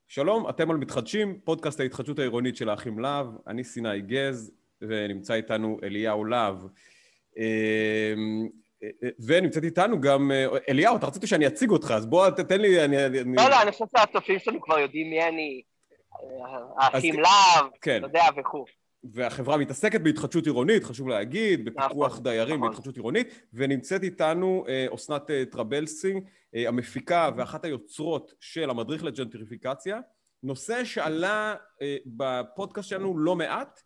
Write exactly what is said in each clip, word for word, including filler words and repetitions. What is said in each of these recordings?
שלום, אתם על מתחדשים, פודקאסט ההתחדשות העירונית של האחים להב. אני סיני גז, ונמצא איתנו אליהו להב. ונמצאת איתנו גם... אליהו, אתה רצית שאני אציג אותך, אז בוא תתן לי... לא, לא, אני חושב שהצופים שלנו כבר יודעים מי אני, האחים להב, אתה יודע, וכו'. והחברה מתעסקת בהתחדשות עירונית, חשוב להגיד, בפיקוח דיירים בהתחדשות עירונית, ונמצאת איתנו אסנת טרבלסי, המפיקה ואחת היוצרות של המדריך לג'נטריפיקציה, נושא שעלה בפודקאסט שלנו לא מעט,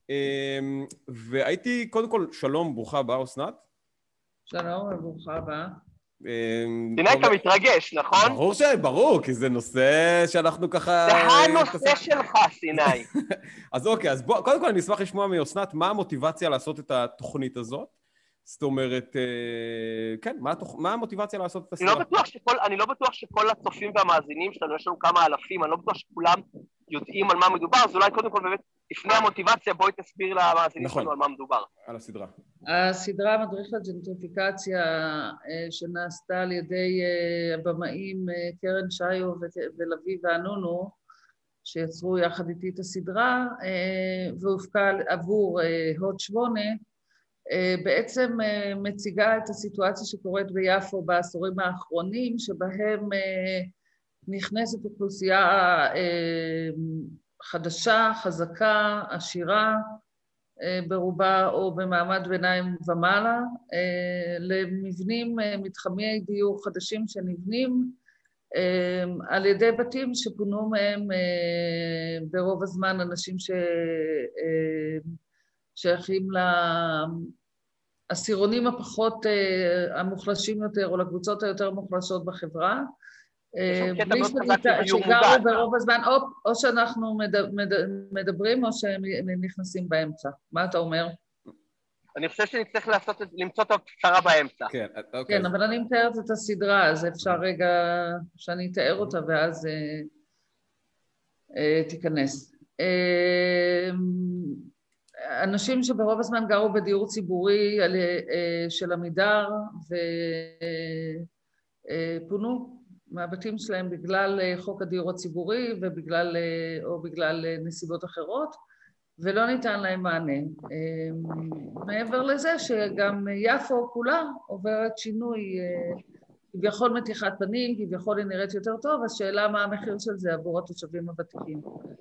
והייתי, קודם כל, שלום, ברוכה הבאה, אסנת. שלום, ברוכה הבאה. סיני, אתה מתרגש, נכון? ברור ש... ברור, כי זה נושא שאנחנו ככה... זה הנושא שלך, סיני. אז אוקיי, אז בוא, קודם כל אני אשמח לשמוע מאסנת, מה המוטיבציה לעשות את התוכנית הזאת? זאת אומרת, כן, מה, התוכ... מה המוטיבציה לעשות את הסדרה? אני לא בטוח שכל, אני לא בטוח שכל הצופים והמאזינים שלנו, יש לנו כמה אלפים, אני לא בטוח שכולם יודעים על מה מדובר, אז אולי קודם כל באמת, לפני המוטיבציה, בואי תסביר למאזינים נכון. שלנו על מה מדובר. על הסדרה. הסדרה מדריך לג'נטריפיקציה שנעשתה על ידי הבמאים קרן שיו ולוי וענונו, שיצרו יחד איתי את הסדרה, והופקה עבור הוט שמונה, בעצם מציגה את הסיטואציה שקורית ביפו בעשורים האחרונים, שבהם נכנסת אוכלוסייה חדשה, חזקה, עשירה, ברובה או במעמד ביניים ומעלה, למבנים מתחמי דיור חדשים שנבנים על ידי בתים שפונו מהם ברוב הזמן אנשים ששייכים לעשירונים הפחות המוחלשים יותר או לקבוצות היותר מוחלשות בחברה, בלי שגרו ברוב הזמן, או, או שאנחנו מדברים או שהם נכנסים באמצע. מה אתה אומר? אני חושב שנצטרך לעשות, למצוא את הקצרה באמצע. כן, אוקיי. כן, אבל אני מתארת את הסדרה, אז אפשר רגע שאני אתאר אותה ואז אה, אה, תיכנס. אה, אנשים שברוב הזמן גרו בדיור ציבורי על, אה, של עמידר ופונו, אה, מהבתים שלהם בגלל חוק הדיור הציבורי ובגלל, או בגלל נסיבות אחרות, ולא ניתן להם מענה. מעבר לזה שגם יפו כולה עוברת שינוי, כביכול מתיחת פנים, כביכול היא נראית יותר טוב, אז שאלה מה המחיר של זה עבור התושבים הוותיקים.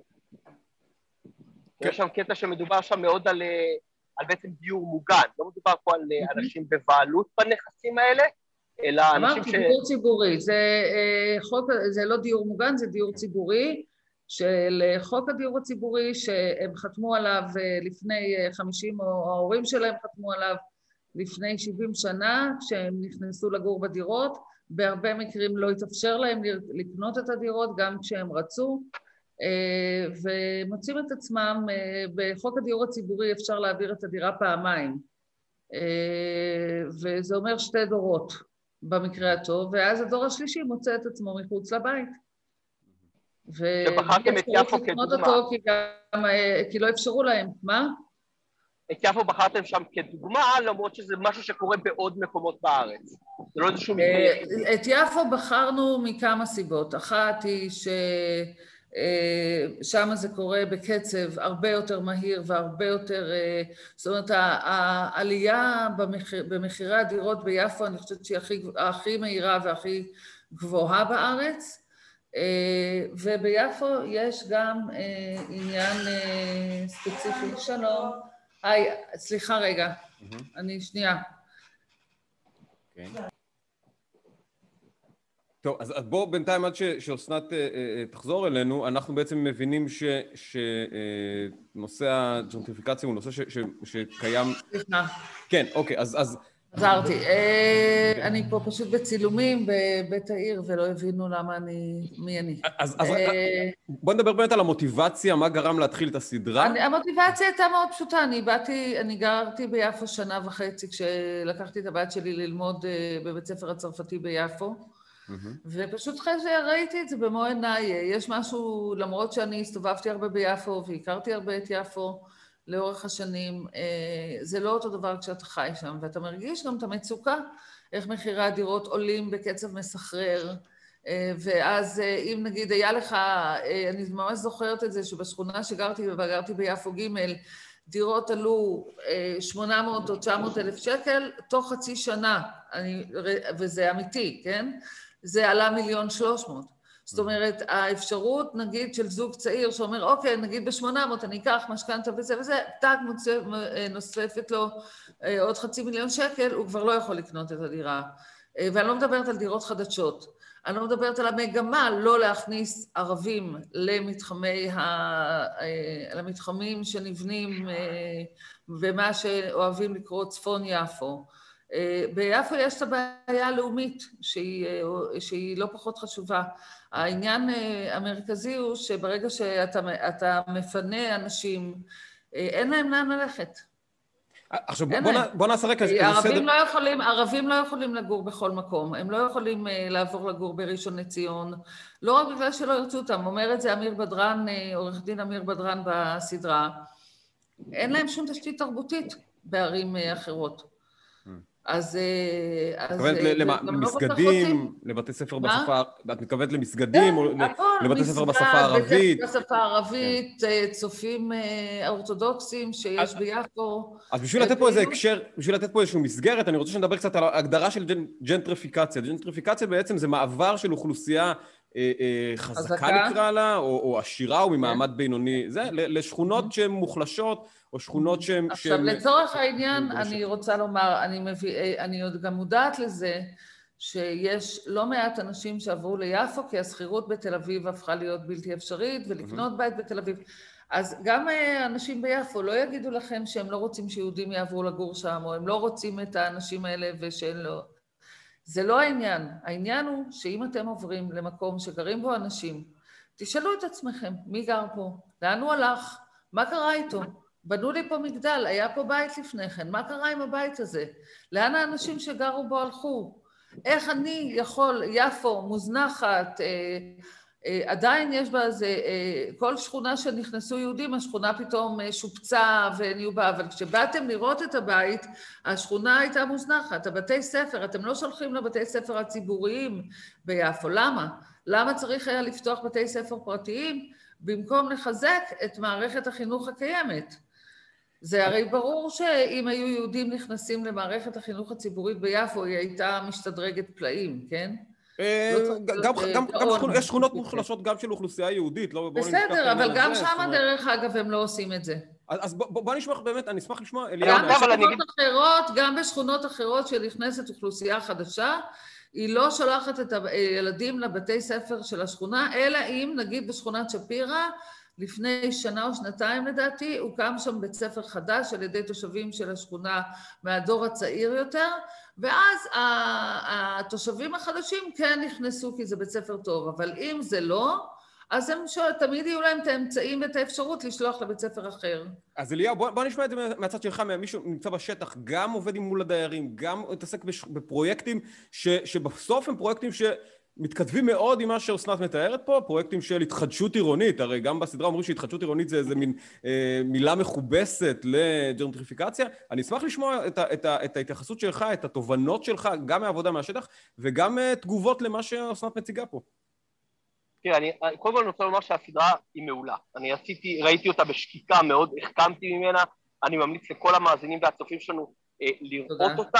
יש שם קטע שמדובר שם מאוד על, על בעצם דיור מוגן, לא מדובר פה על אנשים בבעלות בנכסים האלה, אלא אנשים ש... אמרתי, דיור ציבורי, זה, חוק, זה לא דיור מוגן, זה דיור ציבורי, של חוק הדיור הציבורי שהם חתמו עליו לפני חמישים, או ההורים שלהם חתמו עליו לפני שבעים שנה, כשהם נכנסו לגור בדירות, בהרבה מקרים לא התאפשר להם לקנות את הדירות, גם כשהם רצו, ומוצאים את עצמם, בחוק הדיור הציבורי אפשר להעביר את הדירה פעמיים, וזה אומר שתי דורות. במקרה הטוב, ואז הדור השלישי מוצא את עצמו מחוץ לבית. שבחרתם את יפו כדוגמה. אותו כי, גם, כי לא אפשרו להם. מה? את יפו בחרתם שם כדוגמה, למרות שזה משהו שקורה בעוד מקומות בארץ. זה לא איזשהו מקרה. את יפו בחרנו מכמה סיבות. אחת היא ש... שם זה קורה בקצב הרבה יותר מהיר והרבה יותר, זאת אומרת, העלייה במחירי הדירות ביפו, אני חושבת שהיא הכי, הכי מהירה והכי גבוהה בארץ, וביפו יש גם עניין ספציפי. שלום. היי, סליחה רגע, אני שנייה. כן. טוב, אז בואו בינתיים עד שאסנת תחזור אלינו, אנחנו בעצם מבינים שנושא הג'נטריפיקציה הוא נושא שקיים... סליחה. כן, אוקיי, אז... עזרתי. אני פה פשוט בצילומים בבית העיר, ולא הבינו למה אני... מי אני. אז בואו נדבר באמת על המוטיבציה, מה גרם להתחיל את הסדרה. המוטיבציה הייתה מאוד פשוטה, אני באתי, אני גרתי ביפו שנה וחצי, כשלקחתי את הבת שלי ללמוד בבית ספר הצרפתי ביפו, ופשוט אחרי שראיתי את זה במו עיניי, יש משהו, למרות שאני הסתובבתי הרבה ביפו והכרתי הרבה את יפו לאורך השנים, זה לא אותו דבר כשאתה חי שם, ואתה מרגיש גם את המצוקה, איך מחירי הדירות עולים בקצב מסחרר, ואז אם נגיד היה לך, אני ממש זוכרת את זה, שבשכונה שגרתי, וגרתי ביפו ג', דירות עלו שמונה מאות או תשע מאות אלף שקל, תוך חצי שנה, אני, וזה אמיתי, כן? זה עלה מיליון שלוש מאות. זאת אומרת, האפשרות, נגיד, של זוג צעיר שאומר, אוקיי, נגיד ב-שמונה מאות, אני אקח משכנתה וזה וזה, טק נוספת לו עוד חצי מיליון שקל, הוא כבר לא יכול לקנות את הדירה. ואני לא מדברת על דירות חדשות. אני לא מדברת על המגמה לא להכניס ערבים למתחמי ה... למתחמים שנבנים ומה שאוהבים לקרוא צפון יפו. ביפו יש את הבעיה הלאומית שהיא, שהיא לא פחות חשובה. העניין המרכזי הוא שברגע שאתה אתה מפנה אנשים, אין להם לאן ללכת. עכשיו בוא, בוא נעשה רקע איזה ערבים סדר. לא יכולים, ערבים לא יכולים לגור בכל מקום, הם לא יכולים לעבור לגור בראשון לציון, לא רק בגלל שלא ירצו אותם, אומר את זה אמיר בדרן, עורך דין אמיר בדרן בסדרה, אין להם שום תשתית תרבותית בערים אחרות. אז... את מתכוונת למסגדים, לבתי ספר בשפה, את מתכוונת למסגדים או לבתי ספר בשפה הערבית? בשפה הערבית, צופים אורתודוקסים שיש ביפו. אז בשביל לתת פה איזה הקשר, בשביל לתת פה איזשהו מסגרת, אני רוצה שנדבר קצת על ההגדרה של ג'נטריפיקציה. ג'נטריפיקציה בעצם זה מעבר של אוכלוסייה חזקה נקרא לה, או עשירה או ממעמד בינוני, זה לשכונות שהן מוחלשות, או שכונות שהן... עכשיו, לצורך העניין, אני רוצה לומר, אני עוד גם מודעת לזה, שיש לא מעט אנשים שעברו ליפו, כי הסחירות בתל אביב הפכה להיות בלתי אפשרית, ולקנות בית בתל אביב. אז גם אנשים ביפו לא יגידו לכם שהם לא רוצים שיהודים יעברו לגור שם, או הם לא רוצים את האנשים האלה ושאין לו... זה לא העניין. העניין הוא שאם אתם עוברים למקום שגרים בו אנשים, תשאלו את עצמכם, מי גר פה? לאן הוא הלך? מה קרה איתו? בנו לי פה מגדל, היה פה בית לפני כן, מה קרה עם הבית הזה? לאן האנשים שגרו בו הלכו? איך אני יכול, יפו, מוזנחת, אה, אה, עדיין יש בה איזה, אה, כל שכונה שנכנסו יהודים, השכונה פתאום אה, שופצה וניובה, אבל כשבאתם לראות את הבית, השכונה הייתה מוזנחת, הבתי ספר, אתם לא שולחים לבתי ספר הציבוריים ביפו, למה? למה צריך היה לפתוח בתי ספר פרטיים, במקום לחזק את מערכת החינוך הקיימת? זה הרי ברור שאם היו יהודים נכנסים למערכת החינוך הציבורית ביפו, היא הייתה משתדרגת פלאים, כן? יש שכונות מוחלשות גם של אוכלוסייה יהודית. בסדר, אבל גם שם דרך אגב הם לא עושים את זה. אז בוא נשמע באמת, אני אשמח לשמוע. גם בשכונות אחרות שנכנסת אוכלוסייה חדשה, היא לא שולחת את הילדים לבתי ספר של השכונה, אלא אם נגיד בשכונת שפירא, לפני שנה או שנתיים לדעתי, הוקם שם בית ספר חדש על ידי תושבים של השכונה מהדור הצעיר יותר, ואז התושבים החדשים כן נכנסו כי זה בית ספר טוב, אבל אם זה לא, אז הם שואל, תמיד יהיו להם את האמצעים ואת האפשרות לשלוח לבית ספר אחר. אז אליהו, בוא, בוא נשמע את זה מהצד שלך, מישהו נמצא בשטח, גם עובד עם מול הדיירים, גם מתעסק בפרויקטים ש, שבסוף הם פרויקטים ש... מתכתבים מאוד עם מה שאוסנת מתארת פה, פרויקטים של התחדשות עירונית, הרי גם בסדרה אומרים שהתחדשות עירונית זה איזה מין אה, מילה מכובסת לג'נטריפיקציה. אני אשמח לשמוע את, ה, את, ה, את ההתייחסות שלך, את התובנות שלך, גם מהעבודה מהשטח, וגם אה, תגובות למה שאוסנת מציגה פה. תראה, אני קודם כל אני רוצה לומר שהסדרה היא מעולה. אני עשיתי, ראיתי אותה בשקיקה מאוד, החכמתי ממנה, אני ממליץ לכל המאזינים והצופים שלנו אה, לראות תודה. אותה.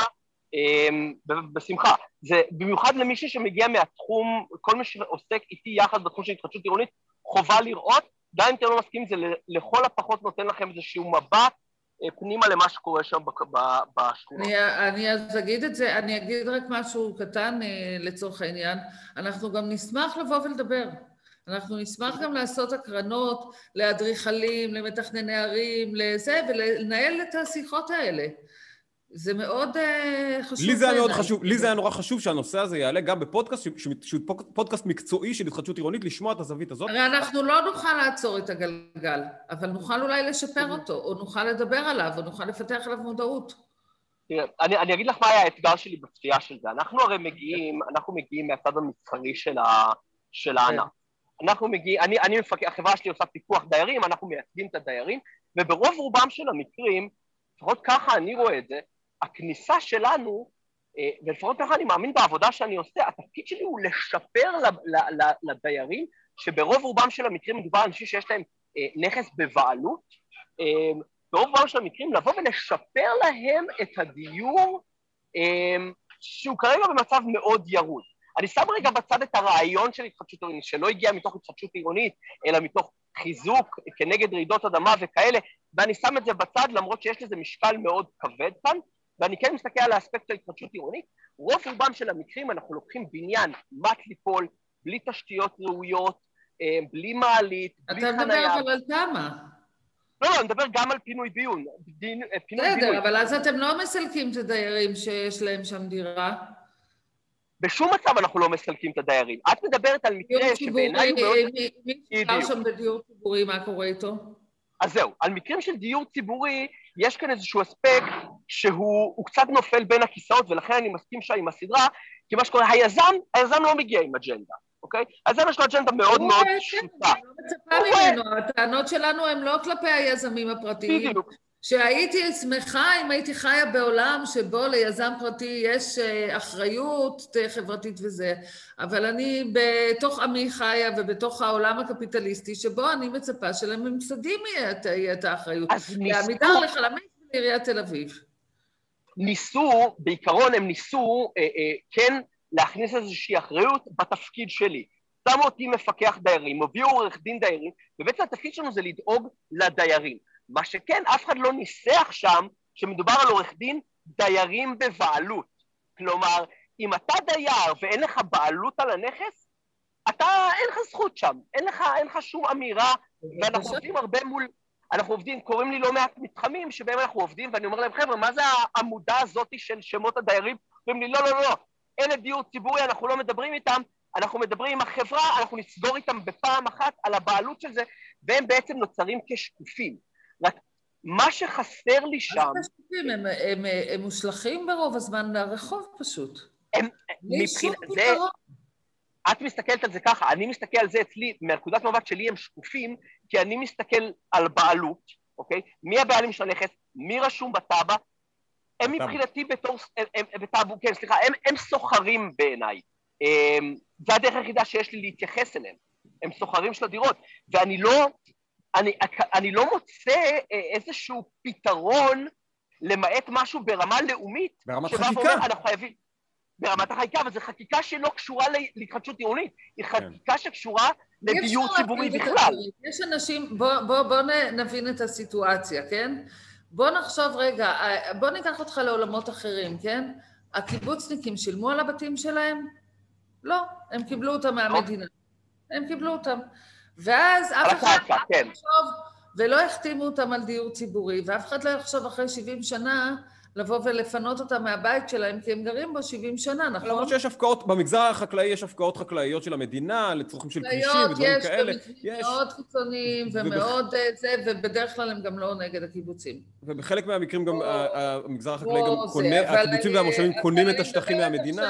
בשמחה, זה במיוחד למישהו שמגיע מהתחום, כל מי שעוסק איתי יחד בתחום של התחדשות עירונית, חובה לראות, גם אם אתם לא מסכימים, זה לכל הפחות נותן לכם איזשהו מבט פנימה למה שקורה שם בשכונה. אני, אני אז אגיד את זה, אני אגיד רק משהו קטן לצורך העניין, אנחנו גם נשמח לבוא ולדבר, אנחנו נשמח גם לעשות הקרנות לאדריכלים, למתכנני ערים, לזה, ולנהל את השיחות האלה. זה מאוד חשוב. לי זה היה מאוד חשוב, לי זה היה נורא חשוב שהנושא הזה יעלה גם בפודקאסט, שהוא פודקאסט מקצועי של התחדשות עירונית, לשמוע את הזווית הזאת. הרי אנחנו לא נוכל לעצור את הגלגל, אבל נוכל אולי לשפר אותו, או נוכל לדבר עליו, או נוכל לפתח עליו מודעות. אני, אני אגיד לך מה היה האתגר שלי בצפייה של זה. אנחנו הרי מגיעים, אנחנו מגיעים מהצד המסחרי של ה, של הענף. אנחנו מגיעים, אני, אני מפקח, החברה שלי עושה פיקוח דיירים, אנחנו מייצגים את הדיירים, וברוב רובם של המקרים, לפחות ככה אני רואה את זה, הכניסה שלנו ולפחות ככה אני מאמין בעבודה שאני עושה, התפקיד שלי הוא לשפר לדיירים, שברוב רובם של המקרים מדובר על אנשים שיש להם נכס בבעלות, ברוב רובם של המקרים לבוא ולשפר להם את הדיור, שהוא כרגע במצב מאוד ירוד. אני שם רגע בצד את הרעיון של התחדשות עירונית, שלא הגיע מתוך התחדשות עירונית, אלא מתוך חיזוק כנגד רעידות אדמה וכאלה, ואני שם את זה בצד למרות שיש לזה משקל מאוד כבד כאן, ואני כן מסתכל על האספקט של התחדשות עירונית, רוב רובם של המקרים אנחנו לוקחים בניין מט ליפול, בלי תשתיות ראויות, בלי מעלית, בלי חנייה. אתה מדבר אבל על תמה. לא, לא, אני מדבר גם על פינוי ביון. בסדר, אבל אז אתם לא מסלקים את הדיירים שיש להם שם דירה? בשום מצב אנחנו לא מסלקים את הדיירים. את מדברת על מקרה שבעיניי הוא מאוד... מי שגר שם בדיור ציבורי, מה קורה איתו? אז זהו, על מקרים של דיור ציבורי, יש כאן איזשהו אספקט שהוא קצת נופל בין הכיסאות, ולכן אני מסכים שם עם הסדרה, כי מה שקורה, היזם, היזם לא מגיע עם אג'נדה, אוקיי? היזם יש לו אג'נדה מאוד מאוד פשוטה. אני לא מצפה ממנו, הטענות שלנו הן לא כלפי היזמים הפרטיים. בדיוק. שהייתי שמחה אם הייתי חיה בעולם שבו ליזם פרטי יש אחריות חברתית וזה, אבל אני בתוך עמי חיה ובתוך העולם הקפיטליסטי שבו אני מצפה שלממסדים יהיה את האחריות. לעמידר לחלמיש ולעיריית תל אביב. ניסו, בעיקרון הם ניסו אה, אה, כן להכניס איזושהי אחריות בתפקיד שלי. שמו אותי מפקח דיירים, הביאו עורך דין דיירים, ובעצם התפקיד שלנו זה לדאוג לדיירים. מה שכן, אף אחד לא ניסח שם שמדובר על עורך דין דיירים בבעלות. כלומר, אם אתה דייר ואין לך בעלות על הנכס, אתה, אין לך זכות שם, אין לך, אין לך שום אמירה, ואנחנו עובדים הרבה מול, אנחנו עובדים, קוראים לי לא מעט מתחמים שבהם אנחנו עובדים, ואני אומר להם, חבר'ה, מה זה העמודה הזאת של שמות הדיירים? ואומרים לי, לא, לא, לא, אלה דיור ציבורי, אנחנו לא מדברים איתם, אנחנו מדברים עם החברה, אנחנו נסגור איתם בפעם אחת על הבעלות של זה, והם בעצם נוצרים כשקופים. רק מה שחסר לי שם... אז כשקופים, הם, הם, הם מושלכים ברוב הזמן לרחוב פשוט. הם, מבחינת זה... את מסתכלת על זה ככה, אני מסתכל על זה אצלי, מהנקודת מבט שלי הם שקופים, כי אני מסתכל על בעלות, אוקיי? מי הבעלים של הנכס, מי רשום בטאבע, הם מבחינתי בתור... בטאבו, כן, סליחה, הם, הם סוחרים בעיניי. זה הדרך היחידה שיש לי להתייחס אליהם. הם סוחרים של הדירות, ואני לא... אני, אני לא מוצא איזשהו פתרון למעט משהו ברמה לאומית. ברמת חקיקה. אנחנו חייבים, ברמת החקיקה, אבל זו חקיקה שלא קשורה להתחדשות עירונית, היא חקיקה כן. שקשורה לדיור ציבורי בכלל. יש אנשים, בוא, בוא, בוא נבין את הסיטואציה, כן? בוא נחשוב רגע, בוא ניקח אותך לעולמות אחרים, כן? הקיבוצניקים שילמו על הבתים שלהם? לא, הם קיבלו אותם מהמדינה. הם קיבלו אותם. ואז אף אחד לא יחשוב, ולא החתימו אותם על דיור ציבורי, ואף אחד לא יחשוב אחרי שבעים שנה לבוא ולפנות אותם מהבית שלהם, כי הם גרים בו שבעים שנה, נכון? למרות שיש הפקעות, במגזר החקלאי יש הפקעות חקלאיות של המדינה, לצרכים של כבישים ודברים כאלה. יש, מאוד חיצוניים ומאוד זה, ובדרך כלל הם גם לא נגד הקיבוצים. ובחלק מהמקרים גם המגזר החקלאי גם קונה, הקיבוצים והמושבים קונים את השטחים מהמדינה.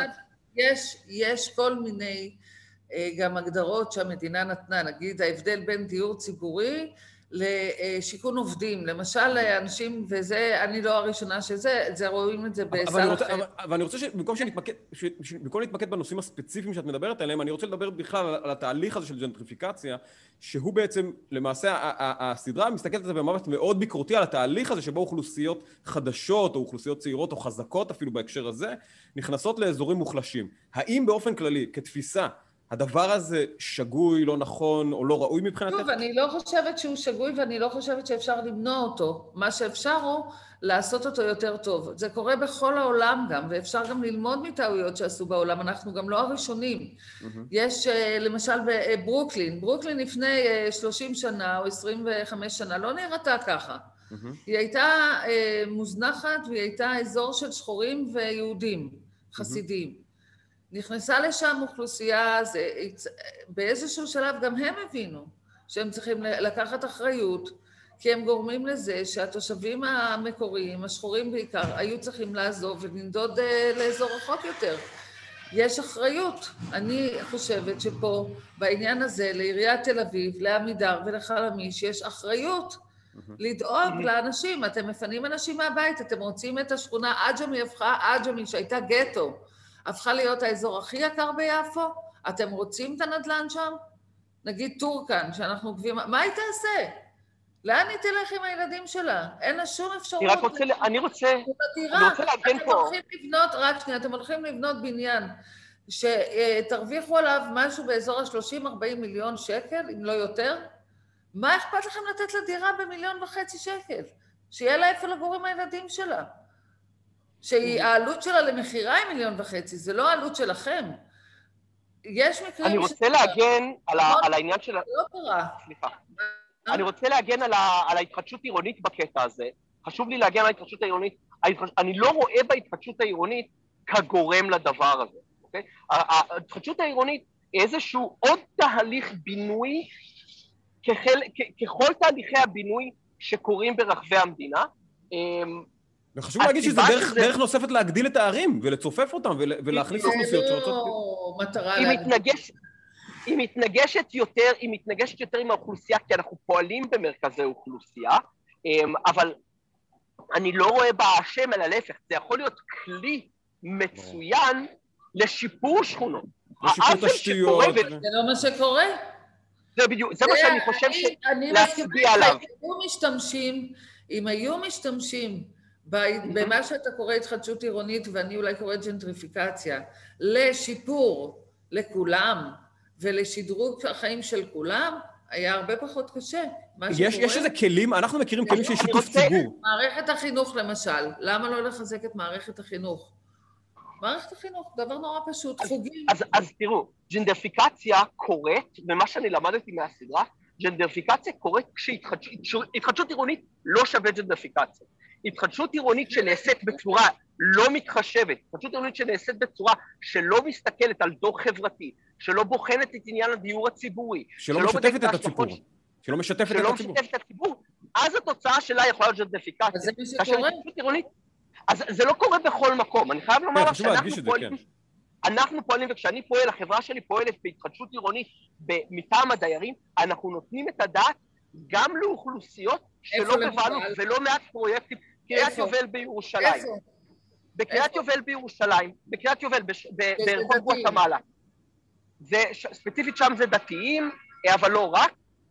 יש כל מיני... גם הגדרות שהמדינה נתנה, נגיד ההבדל בין דיור ציבורי לשיכון עובדים, למשל אנשים, וזה, אני לא הראשונה שזה, זה רואים את זה בסל אחר. אבל אני רוצה שבמקום שנתמקד, במקום להתמקד בנושאים הספציפיים שאת מדברת עליהם, אני רוצה לדבר בכלל על התהליך הזה של ג'נטריפיקציה, שהוא בעצם, למעשה, הסדרה מסתכלת על זה במבט מאוד ביקורתי על התהליך הזה, שבו אוכלוסיות חדשות, או אוכלוסיות צעירות, או חזקות אפילו בהקשר הזה, נכנסות לאזורים מוחלשים. האם באופן כללי, כתפיסה, הדבר הזה שגוי, לא נכון, או לא ראוי מבחינתך? טוב, אני לא חושבת שהוא שגוי, ואני לא חושבת שאפשר למנוע אותו. מה שאפשר הוא לעשות אותו יותר טוב. זה קורה בכל העולם גם, ואפשר גם ללמוד מטעויות שעשו בעולם. אנחנו גם לא הראשונים. Mm-hmm. יש, למשל, בברוקלין. ברוקלין לפני שלושים שנה או עשרים וחמש שנה לא נראתה ככה. Mm-hmm. היא הייתה מוזנחת, והיא הייתה אזור של שחורים ויהודים, חסידים. Mm-hmm. נכנסה לשם אוכלוסייה, זה, באיזשהו שלב גם הם הבינו שהם צריכים לקחת אחריות, כי הם גורמים לזה שהתושבים המקוריים, השחורים בעיקר, היו צריכים לעזוב ולנדוד לאזור רחוק יותר. יש אחריות. אני חושבת שפה, בעניין הזה, לעיריית תל אביב, לעמידר ולחלמיש, יש אחריות לדאוג לאנשים, אתם מפנים אנשים מהבית, אתם רוצים את השכונה, עג'מי הפכה, עג'מי שהייתה גטו, הפכה להיות האזור הכי יקר ביפו, אתם רוצים את הנדל"ן שם? נגיד טורקן, שאנחנו עוקבים, מה היא תעשה? לאן היא תלך עם הילדים שלה? אין לה שום אפשרות. אני רק רוצה, אני רוצה, אני רוצה להגן פה. אתם הולכים לבנות, רק שנייה, אתם הולכים לבנות בניין, שתרוויחו עליו משהו באזור ה-שלושים ארבעים מיליון שקל, אם לא יותר, מה אכפת לכם לתת לה דירה במיליון וחצי שקל? שיהיה לה איפה לגור עם הילדים שלה. שהעלות שלה למחירה היא מיליון וחצי, זה לא העלות שלכם. יש מקרים... אני רוצה להגן על העניין של... לא קרה. סליחה. אני רוצה להגן על ההתחדשות עירונית בקטע הזה. חשוב לי להגן על ההתחדשות העירונית. אני לא רואה בהתחדשות העירונית כגורם לדבר הזה. ההתחדשות העירונית איזשהו עוד תהליך בינוי, ככל תהליכי הבינוי שקורים ברחבי המדינה. וחשוב להגיד שזה דרך נוספת להגדיל את הערים ולצופף אותם ולהכניס אוכלוסיות שרוצות... היא מתנגשת יותר, היא מתנגשת יותר עם האוכלוסייה, כי אנחנו פועלים במרכזי אוכלוסייה, אבל אני לא רואה בה השם אלא להפך, זה יכול להיות כלי מצוין לשיפור שכונות. לשיפור תשתיות. זה לא מה שקורה. זה בדיוק, זה מה שאני חושב להצביע עליו. אם היו משתמשים במה שאתה קורא התחדשות עירונית, ואני אולי קורא ג'נטריפיקציה, לשיפור לכולם, ולשדרוג החיים של כולם, היה הרבה פחות קשה. יש איזה כלים, אנחנו מכירים כלים של שיתוף ציבור. מערכת החינוך למשל, למה לא לחזק את מערכת החינוך? מערכת החינוך, דבר נורא פשוט, חוגים. אז תראו, ג'נטריפיקציה קורית, ומה שאני למדתי מהסדרה, ג'נטריפיקציה קורית כשהתחדשות עירונית לא שווה ג'נטריפיקציה. התחדשות עירונית שנעשית בצורה לא מתחשבת, התחדשות עירונית שנעשית בצורה שלא מסתכלת על דוח חברתי, שלא בוחנת את עניין הדיור הציבורי, שלא משתפת את הציבור, שלא משתפת את הציבור, אז התוצאה שלה יכולה להיות ג'נטריפיקציה. אז זה מי שקורה? אז זה לא קורה בכל מקום, אני חייב לומר לך שאנחנו פועלים, אנחנו פועלים, וכשאני פועל, החברה שלי פועלת בהתחדשות עירונית מטעם הדיירים, אנחנו נותנים את הדעת גם לאוכלוסיות שלא בבעלות ולא מעט פרויקטים, קריית יובל בירושלים. בקריית יובל בירושלים, בקריית יובל ברחוב גואטמלה. ספציפית שם זה דתיים, אבל לא רק.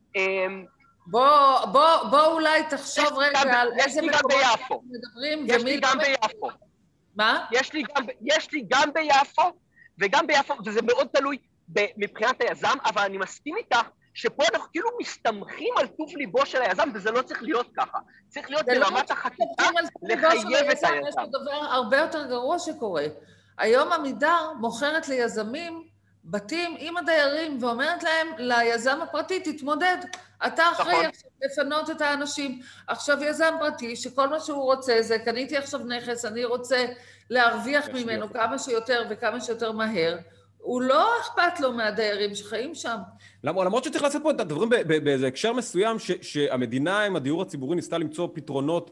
בוא אולי תחשוב רגע על איזה מקומות מדברים. יש לי גם ביפו. מה? יש לי גם ביפו, וגם ביפו, וזה מאוד תלוי מבחינת היזם, אבל אני מסכים איתך, שפה אנחנו כאילו מסתמכים על טוב ליבו של היזם, וזה לא צריך להיות ככה. צריך להיות ברמת החקיקה לחייב את היזם. יש דבר הרבה יותר גרוע שקורה. היום עמידר מוכרת ליזמים בתים עם הדיירים, ואומרת להם, ליזם הפרטי, תתמודד. אתה אחראי לפנות את האנשים. עכשיו יזם פרטי, שכל מה שהוא רוצה זה, קניתי עכשיו נכס, אני רוצה להרוויח ממנו כמה שיותר וכמה שיותר מהר, הוא לא אכפת לו מהדיירים שחיים שם. למרות שצריך לעשות פה את הדברים באיזה הקשר מסוים, שהמדינה עם הדיור הציבורי ניסתה למצוא פתרונות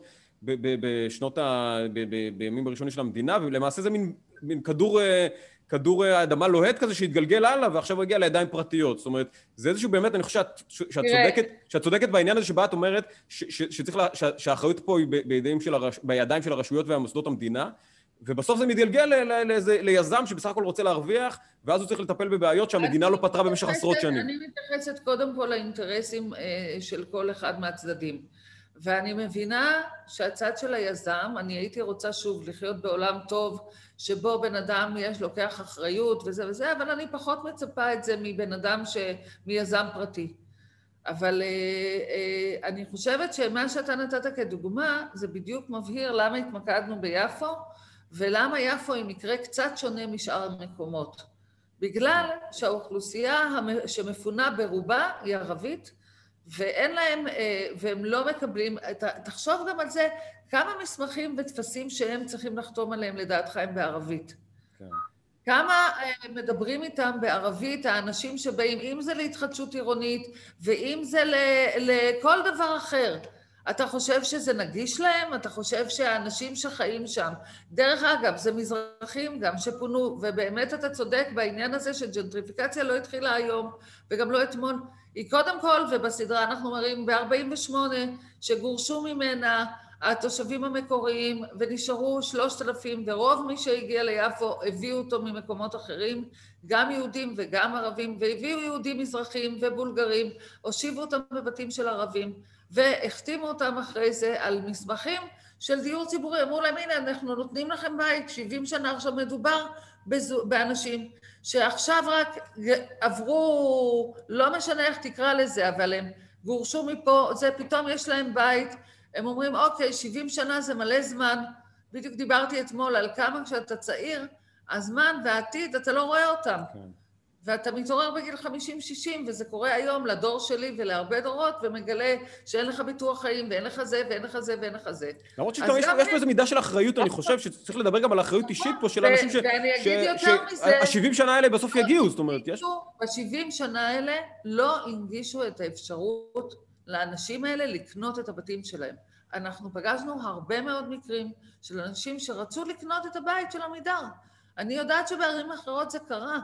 בשנות ה... בימים הראשונים של המדינה, ולמעשה זה מין כדור... כדור אדמה לוהט כזה שהתגלגל הלאה, ועכשיו הוא הגיע לידיים פרטיות. זאת אומרת, זה איזשהו באמת, אני חושב שאת, שאת צודקת, שאת צודקת בעניין הזה שבה את אומרת, ש, ש, שצריך לה, ש, שהאחריות פה היא בידיים של, הרש, בידיים של הרשויות והמוסדות המדינה, ובסוף זה מתגלגל לאיזה, ליזם שבסך הכל רוצה להרוויח, ואז הוא צריך לטפל בבעיות שהמדינה לא פתרה במשך עשרות שנים. אני מתייחסת קודם כל לאינטרסים של כל אחד מהצדדים. ואני מבינה שהצד של היזם, אני הייתי רוצה שוב לחיות בעולם טוב, שבו בן אדם יש לוקח אחריות וזה וזה, אבל אני פחות מצפה את זה מבן אדם ש... מיזם פרטי. אבל אה, אה, אני חושבת שמה שאתה נתת כדוגמה, זה בדיוק מבהיר למה התמקדנו ביפו, ולמה יפו היא מקרה קצת שונה משאר המקומות. בגלל שהאוכלוסייה שמפונה ברובה היא ערבית, ואין להם, והם לא מקבלים, תחשוב גם על זה, כמה מסמכים ותפסים שהם צריכים לחתום עליהם לדעתך הם בערבית. כן. כמה מדברים איתם בערבית, האנשים שבאים, אם זה להתחדשות עירונית, ואם זה לכל דבר אחר. אתה חושב שזה נגיש להם? אתה חושב שהאנשים שחיים שם, דרך אגב, זה מזרחים גם שפונו, ובאמת אתה צודק בעניין הזה שג'נטריפיקציה לא התחילה היום, וגם לא אתמול, היא קודם כל, ובסדרה אנחנו מראים ב-ארבעים ושמונה, שגורשו ממנה התושבים המקוריים, ונשארו שלושת אלפים, ורוב מי שהגיע ליפו הביאו אותו ממקומות אחרים, גם יהודים וגם ערבים, והביאו יהודים מזרחים ובולגרים, הושיבו אותם בבתים של ערבים, והחתימו אותם אחרי זה על מסמכים של דיור ציבורי. אמרו להם, הנה, אנחנו נותנים לכם בית, שבעים שנה עכשיו מדובר באנשים שעכשיו רק עברו, לא משנה איך תקרא לזה, אבל הם גורשו מפה, זה פתאום יש להם בית, הם אומרים, אוקיי, שבעים שנה זה מלא זמן, בדיוק דיברתי אתמול על כמה כשאתה צעיר, הזמן והעתיד, אתה לא רואה אותם. כן. ואתה מתעורר בגיל חמישים שישים, וזה קורה היום לדור שלי ולהרבה דורות, ומגלה שאין לך ביטוח חיים, ואין לך זה, ואין לך זה, ואין לך זה. למרות שיש פה איזו מידה של אחריות, אני חושב שצריך לדבר גם על אחריות אישית פה של אנשים ש-שבעים שנה האלה בסוף יגיעו, זאת אומרת, יש... ב-שבעים שנה האלה לא הנגישו את האפשרות לאנשים האלה לקנות את הבתים שלהם. אנחנו פגשנו הרבה מאוד מקרים של אנשים שרצו לקנות את הבית של עמידר. אני יודעת שבערים אחרות זה קרה.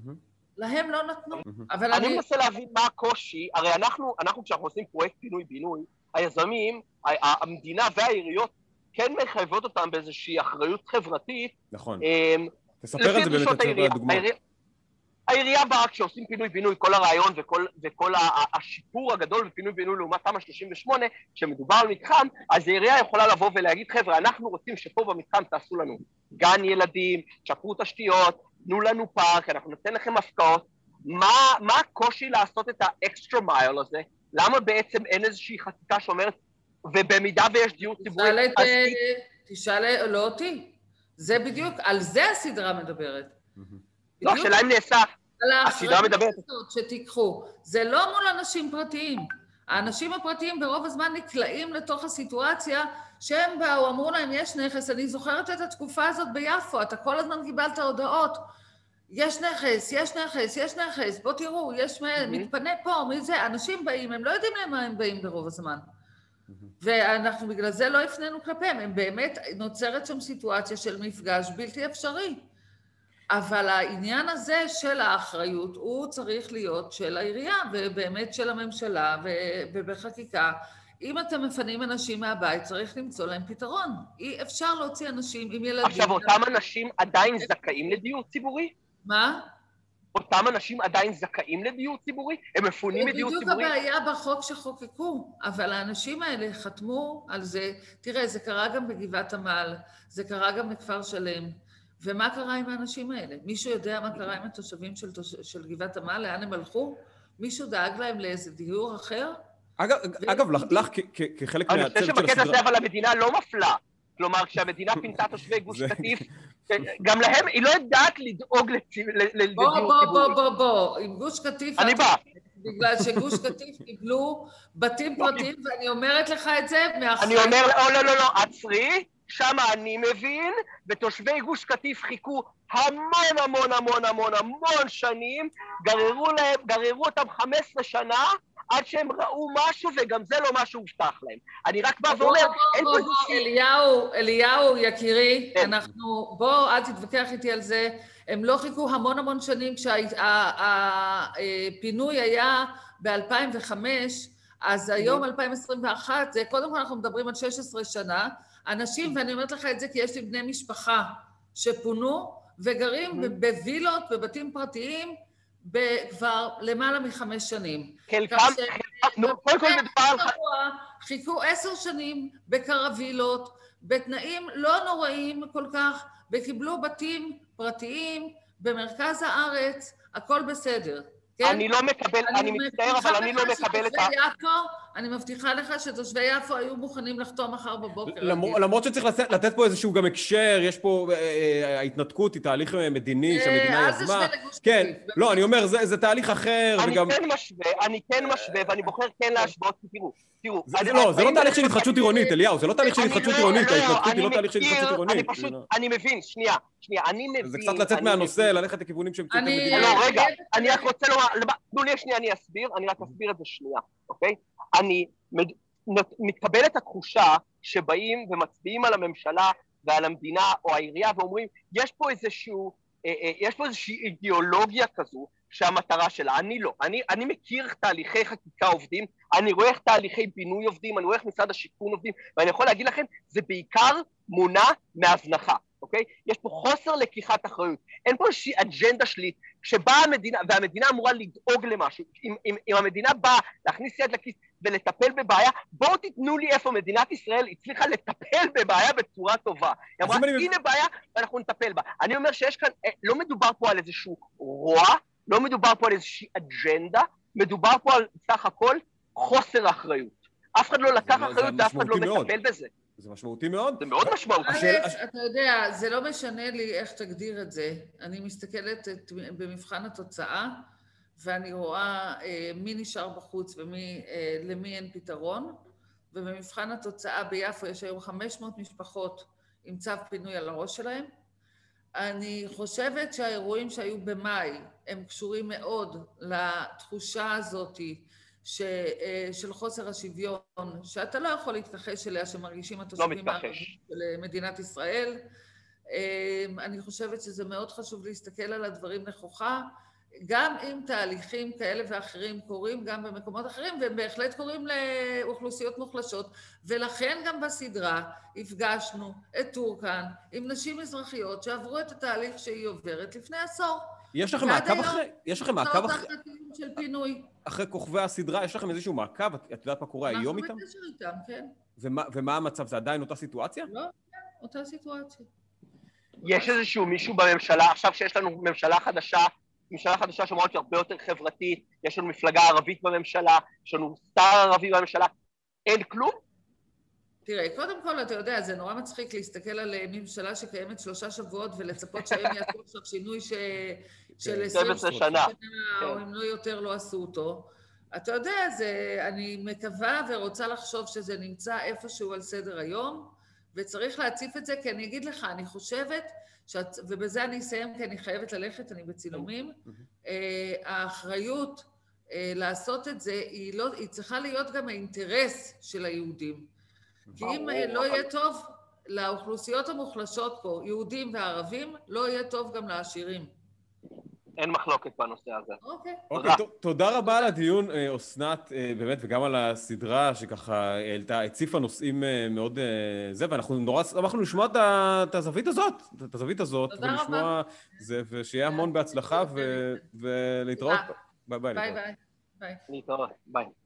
להם לא נתנו. אבל אני מנסה להבין מה הקושי, הרי אנחנו, אנחנו כשאנחנו עושים פרויקט פינוי-בינוי, היזמים, המדינה והעיריות כן מחייבות אותם באיזושהי אחריות חברתית. נכון. תספר את זה באמת, תספר את הדוגמה. העירייה באה כשעושים פינוי-בינוי, כל הרעיון וכל, וכל השיפור הגדול בפינוי-בינוי לעומת תמ"א שלושים ושמונה, כשמדובר על מתחם, אז העירייה יכולה לבוא ולהגיד, חבר'ה, אנחנו רוצים שפה במתחם תעשו לנו גן ילדים, תשפרו תשתיות, תנו לנו פארק, אנחנו נתן לכם הפקעות. מה, מה הקושי לעשות את האקסטרה מייל הזה? למה בעצם אין איזושהי חקיקה שאומרת, ובמידה ויש דיור ציבורי... תשאל, תשאל, לא אותי. זה בדיוק, על זה הסדרה מדברת. לא, השאלה אם נעשה, הסדרה מדברת. שתיקחו. זה לא מול אנשים פרטיים. האנשים הפרטיים ברוב הזמן נקלעים לתוך הסיטואציה שהם באו, אמרו להם, יש נכס, אני זוכרת את התקופה הזאת ביפו, אתה כל הזמן קיבלת הודעות, יש נכס, יש נכס, יש נכס, בוא תראו, יש מתפנה פה, מי זה, אנשים באים, הם לא יודעים למה הם באים ברוב הזמן. ואנחנו בגלל זה לא הפנינו כלפיהם, הם באמת נוצרת שם סיטואציה של מפגש בלתי אפשרי. אבל העניין הזה של האחריות הוא צריך להיות של העירייה ובאמת של הממשלה ובחקיקה. אם אתם מפנים אנשים מהבית, צריך למצוא להם פתרון. אי אפשר להוציא אנשים עם ילדים. עכשיו, אותם אנשים עדיין זכאים לדיור ציבורי? מה? אותם אנשים עדיין זכאים לדיור ציבורי? הם מפונים לדיור ציבורי? בדיוק הבעיה בחוק שחוקקו, אבל האנשים האלה חתמו על זה. תראה, זה קרה גם בגבעת עמל, זה קרה גם בכפר שלם. ומה קרה עם האנשים האלה? מישהו יודע מה קרה עם התושבים של, של גבעת עמל? לאן הם הלכו? מישהו דאג להם לאיזה דיור אחר? אגב, ו... אגב לך, לך כחלק מהצוות של הסדרה... אני חושב שבקטע הזה, אבל המדינה לא מפלה. כלומר, כשהמדינה פינתה תושבי גוש קטיף, גם להם, היא לא יודעת לדאוג לדיור ציבורי. בוא, בוא, בוא, בוא, עם גוש קטיף... אני בא. בגלל שגוש קטיף קיבלו בתים פרטיים, ואני אומרת לך את זה מאחרי... אני אומר, לא, לא, לא, לא, עצרי. שם אני מבין, ותושבי גוש קטיף חיכו המון המון המון המון המון שנים, גררו להם, גררו אותם חמש עשרה שנה, עד שהם ראו משהו, וגם זה לא משהו הובטח להם. אני רק בא ואומר, אין פה איזושהי... אליהו, אליהו, יקירי, אנחנו, בוא, אל תתווכח איתי על זה, הם לא חיכו המון המון שנים, כשהפינוי היה ב-אלפיים וחמש, אז היום אלפיים עשרים ואחת, זה קודם כל אנחנו מדברים על שש עשרה שנה, אנשים, ואני אומרת לך את זה כי יש לי בני משפחה שפונו וגרים בווילות, בבתים פרטיים, כבר למעלה מחמש שנים. חלקם, קודם כל מדבר... חיכו עשר שנים בקרווילות, בתנאים לא נוראים כל כך, וקיבלו בתים פרטיים במרכז הארץ, הכל בסדר. אני לא מקבל, אני מצטער, אבל אני לא מקבל את ה... אני מבטיחה לך שתושבי יפו היו מוכנים לחתום מחר בבוקר. למרות שצריך לתת פה איזשהו גם הקשר, יש פה ההתנתקות, היא תהליך מדיני שהמדינה יזמה. כן, לא, אני אומר, זה תהליך אחר וגם... אני כן משווה, אני כן משווה, ואני בוחר כן להשוות, תראו, תראו. לא, זה לא תהליך של התחדשות עירונית, אליהו, זה לא תהליך של התחדשות עירונית, ההתנתקות היא לא תהליך של התחדשות עירונית. אני מבין, שנייה, שנייה, אני מבין... זה קצת לצאת מהנושא, ללכת לכיוונים שהם קצת... לא, רגע, אני רק רוצה לומר, תנו לי שנייה, אני אסביר, אני רק אסביר את זה שנייה, אוקיי? אני מתקבל את התחושה שבאים ומצביעים על הממשלה ועל המדינה או העירייה ואומרים, יש פה איזשהו, יש פה איזושהי אידיאולוגיה כזו שהמטרה שלה, אני לא, אני, אני מכיר איך תהליכי חקיקה עובדים, אני רואה איך תהליכי בינוי עובדים, אני רואה איך משרד השיכון עובדים, ואני יכול להגיד לכם, זה בעיקר מונע מהזנחה, אוקיי? יש פה חוסר לקיחת אחריות, אין פה איזושהי אג'נדה שלילית, כשבאה המדינה, והמדינה אמורה לדאוג למשהו, אם, אם, אם המדינה באה להכניס יד לכיס ולטפל בבעיה, בואו תיתנו לי איפה מדינת ישראל הצליחה לטפל בבעיה בצורה טובה. היא אמרה, הנה בעיה, ואנחנו נטפל בה. אני אומר שיש כאן, לא מדובר פה על איזשהו רוע, לא מדובר פה על איזושהי אג'נדה, מדובר פה על סך הכל חוסר אחריות. אף אחד לא לקח אחריות ואף אחד לא מטפל בזה. זה משמעותי מאוד. זה מאוד משמעותי. אתה יודע, זה לא משנה לי איך תגדיר את זה. אני מסתכלת במבחן התוצאה, ואני רואה מי נשאר בחוץ ולמי אין פתרון, ובמבחן התוצאה ביפו יש היום חמש מאות משפחות עם צו פינוי על הראש שלהם. אני חושבת שהאירועים שהיו במאי הם קשורים מאוד לתחושה הזאת ש, של חוסר השוויון, שאתה לא יכול להתכחש אליה, שמרגישים התושבים לא הערבים של מדינת ישראל. אני חושבת שזה מאוד חשוב להסתכל על הדברים נכוחה, גם אם תהליכים כאלה ואחרים קורים גם במקומות אחרים, והם בהחלט קורים לאוכלוסיות מוחלשות, ולכן גם בסדרה הפגשנו את טורקן עם נשים אזרחיות שעברו את התהליך שהיא עוברת לפני עשור. יש לכם מעקב אחרי? יש לכם מעקב אחרי? של פינוי. אחרי כוכבי הסדרה, יש לכם איזשהו מעקב? את יודעת מה קורה היום איתם? אנחנו בקשר איתם, כן. ומה, ומה המצב? זה עדיין אותה סיטואציה? לא, אותה סיטואציה. יש איזשהו מישהו בממשלה, עכשיו שיש לנו ממשלה חדשה, ממשלה חדשה שאומרת שהרבה יותר חברתית, יש לנו מפלגה ערבית בממשלה, יש לנו שר ערבי בממשלה, אין כלום? תראה, קודם כל, אתה יודע, זה נורא מצחיק להסתכל על ממשלה שקיימת שלושה שבועות ולצפות שהם יעשו עכשיו שינוי ש... של עשרים שנה, או אם לא יותר לא עשו אותו. אתה יודע, זה, אני מקווה ורוצה לחשוב שזה נמצא איפשהו על סדר היום, וצריך להציף את זה, כי אני אגיד לך, אני חושבת, שאת, ובזה אני אסיים, כי אני חייבת ללכת, אני בצילומים, האחריות לעשות את זה, היא, לא, היא צריכה להיות גם האינטרס של היהודים. כי אם לא יהיה טוב לאוכלוסיות המוחלשות פה, יהודים וערבים, לא יהיה טוב גם לעשירים. אין מחלוקת בנושא הזה. אוקיי. אוקיי, תודה רבה על הדיון, אסנת, באמת, וגם על הסדרה שככה העלתה, הציפה נושאים מאוד זה, ואנחנו נורא שמחנו לשמוע את הזווית הזאת, את הזווית הזאת, ולשמוע זה, ושיהיה המון בהצלחה, ולהתראות. ביי ביי. ביי ביי. להתראות, ביי.